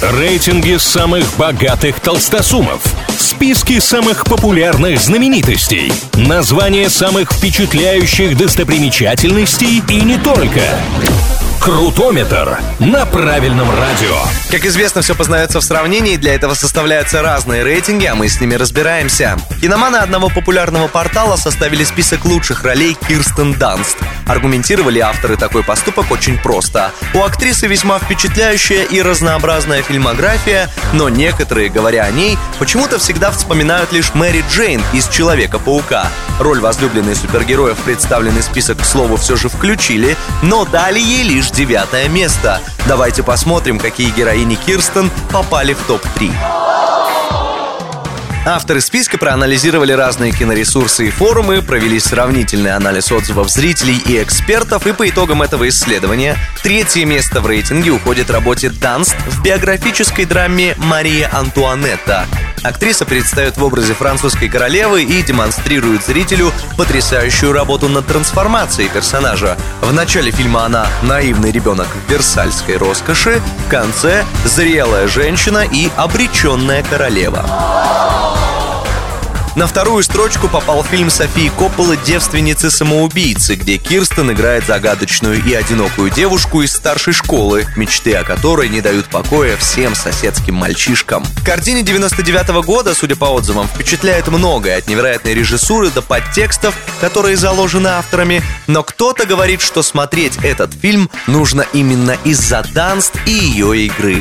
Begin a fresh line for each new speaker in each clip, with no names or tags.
Рейтинги самых богатых толстосумов. Списки самых популярных знаменитостей. Названия самых впечатляющих достопримечательностей и не только. Крутометр на правильном радио.
Как известно, все познается в сравнении, для этого составляются разные рейтинги, а мы с ними разбираемся. Киноманы одного популярного портала составили список лучших ролей Кирстен Данст. Аргументировали авторы такой поступок очень просто. У актрисы весьма впечатляющая и разнообразная фильмография, но некоторые, говоря о ней, почему-то всегда вспоминают лишь Мэри Джейн из «Человека-паука». Роль возлюбленной супергероев представленный список, к слову, все же включили, но дали ей лишь 9 место. Давайте посмотрим, какие героини Кирстен попали в топ-3. Авторы списка проанализировали разные киноресурсы и форумы, провели сравнительный анализ отзывов зрителей и экспертов, и по итогам этого исследования 3 место в рейтинге уходит работе Данст в биографической драме «Мария Антуанетта». Актриса предстает в образе французской королевы и демонстрирует зрителю потрясающую работу над трансформацией персонажа. В начале фильма она наивный ребенок в версальской роскоши, в конце зрелая женщина и обреченная королева. На вторую строчку попал фильм Софии Копполы «Девственницы-самоубийцы», где Кирстен играет загадочную и одинокую девушку из старшей школы, мечты о которой не дают покоя всем соседским мальчишкам. В картине 99-го года, судя по отзывам, впечатляет многое, от невероятной режиссуры до подтекстов, которые заложены авторами, но кто-то говорит, что смотреть этот фильм нужно именно из-за Данст и ее игры.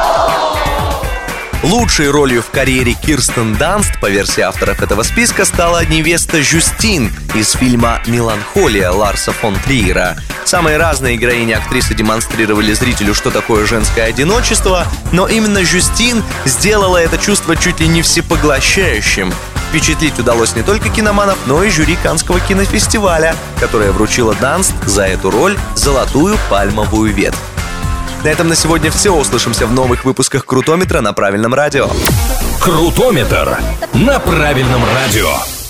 Лучшей ролью в карьере Кирстен Данст, по версии авторов этого списка, стала невеста Жюстин из фильма «Меланхолия» Ларса фон Триера. Самые разные героини актрисы демонстрировали зрителю, что такое женское одиночество, но именно Жюстин сделала это чувство чуть ли не всепоглощающим. Впечатлить удалось не только киноманов, но и жюри Каннского кинофестиваля, которое вручило Данст за эту роль золотую пальмовую ветвь. На этом на сегодня все. Услышимся в новых выпусках Крутометра на правильном радио.
Крутометр на правильном радио.